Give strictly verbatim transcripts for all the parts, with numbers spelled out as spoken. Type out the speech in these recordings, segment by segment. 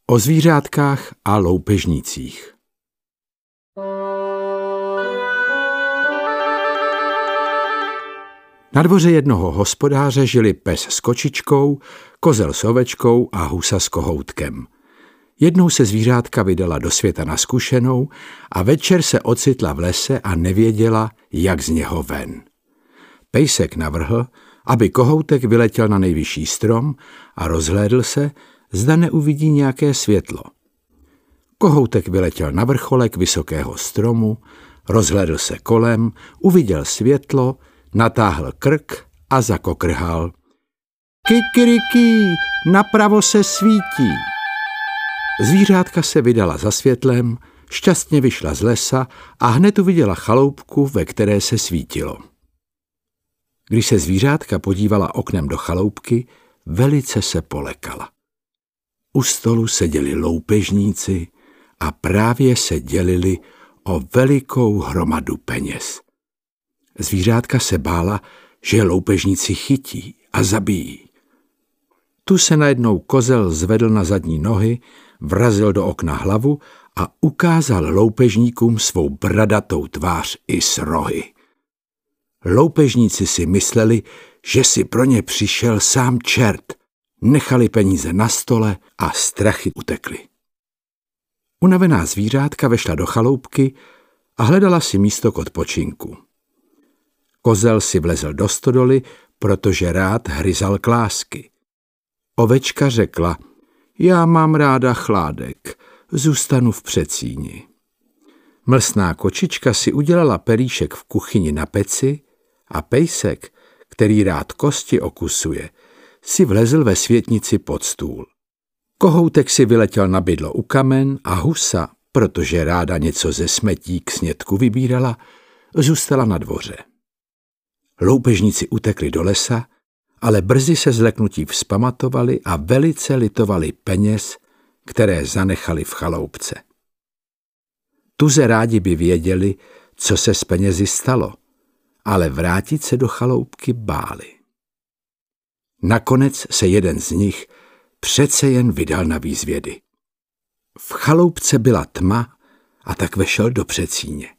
O zvířátkách a loupežnících. Na dvoře jednoho hospodáře žili pes s kočičkou, kozel s ovečkou a husa s kohoutkem. Jednou se zvířátka vydala do světa na zkušenou a večer se ocitla v lese a nevěděla, jak z něho ven. Pejsek navrhl, aby kohoutek vyletěl na nejvyšší strom a rozhlédl se, zda neuvidí nějaké světlo. Kohoutek vyletěl na vrcholek vysokého stromu, rozhlédl se kolem, uviděl světlo, natáhl krk a zakokrhal. Kikiriki, napravo se svítí. Zvířátka se vydala za světlem, šťastně vyšla z lesa a hned uviděla chaloupku, ve které se svítilo. Když se zvířátka podívala oknem do chaloupky, velice se polekala. U stolu seděli loupežníci a právě se dělili o velikou hromadu peněz. Zvířátka se bála, že loupežníci chytí a zabijí. Tu se najednou kozel zvedl na zadní nohy, vrazil do okna hlavu a ukázal loupežníkům svou bradatou tvář i s rohy. Loupežníci si mysleli, že si pro ně přišel sám čert, nechali peníze na stole a strachy utekli. Unavená zvířátka vešla do chaloupky a hledala si místo k odpočinku. Kozel si vlezl do stodoly, protože rád hryzal klásky. Ovečka řekla, já mám ráda chládek, zůstanu v předsíni. Mlsná kočička si udělala pelíšek v kuchyni na peci a pejsek, který rád kosti okusuje, si vlezl ve světnici pod stůl. Kohoutek si vyletěl na bydlo u kamen a husa, protože ráda něco ze smetí k snědku vybírala, zůstala na dvoře. Loupežníci utekli do lesa, ale brzy se zleknutí vzpamatovali a velice litovali peněz, které zanechali v chaloupce. Tuze rádi by věděli, co se s penězi stalo, ale vrátit se do chaloupky báli. Nakonec se jeden z nich přece jen vydal na výzvědy. V chaloupce byla tma a tak vešel do předsíně.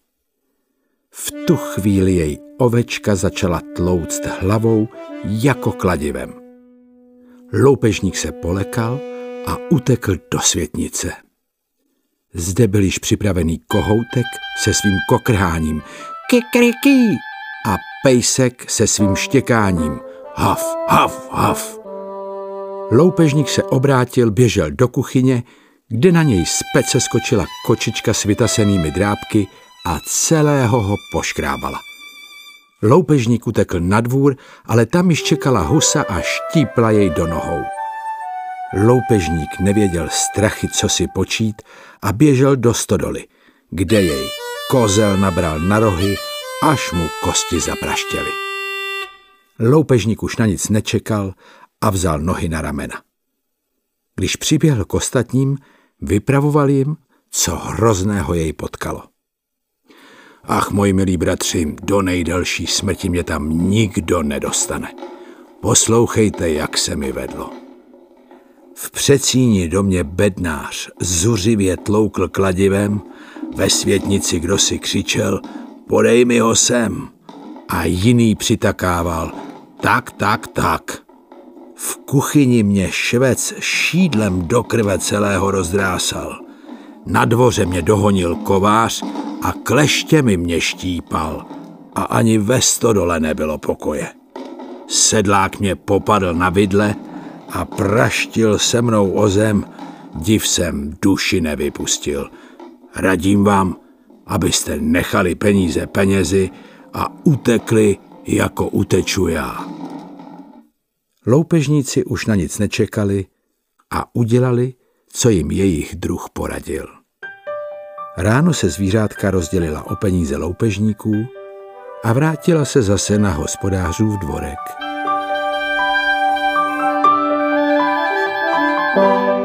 V tu chvíli jej ovečka začala tlouct hlavou jako kladivem. Loupežník se polekal a utekl do světnice. Zde byl již připravený kohoutek se svým kokrháním kikiriki a pejsek se svým štěkáním haf, haf, haf. Loupežník se obrátil, běžel do kuchyně, kde na něj z pece skočila kočička s vytasenými drápky a celého ho poškrábala. Loupežník utekl na dvůr, ale tam již čekala husa a štípla jej do nohou. Loupežník nevěděl strachy, co si počít, a běžel do stodoly, kde jej kozel nabral na rohy, až mu kosti zapraštěly. Loupežník už na nic nečekal a vzal nohy na ramena. Když přiběhl k ostatním, vypravoval jim, co hrozného jej potkalo. Ach, moji milí bratři, do nejdelší smrti mě tam nikdo nedostane. Poslouchejte, jak se mi vedlo. V předsíni do mě bednář zuřivě tloukl kladivem, ve světnici kdo si křičel, podej mi ho sem, a jiný přitakával, tak, tak, tak. V kuchyni mě švec šídlem do krve celého rozdrásal. Na dvoře mě dohonil kovář a kleštěmi mě štípal a ani ve stodole nebylo pokoje. Sedlák mě popadl na vidle a praštil se mnou o zem, div jsem duši nevypustil. Radím vám, abyste nechali peníze penězi a utekli, jako uteču já. Loupežníci už na nic nečekali a udělali, co jim jejich druh poradil. Ráno se zvířátka rozdělila o peníze loupežníků a vrátila se zase na hospodářův dvorek.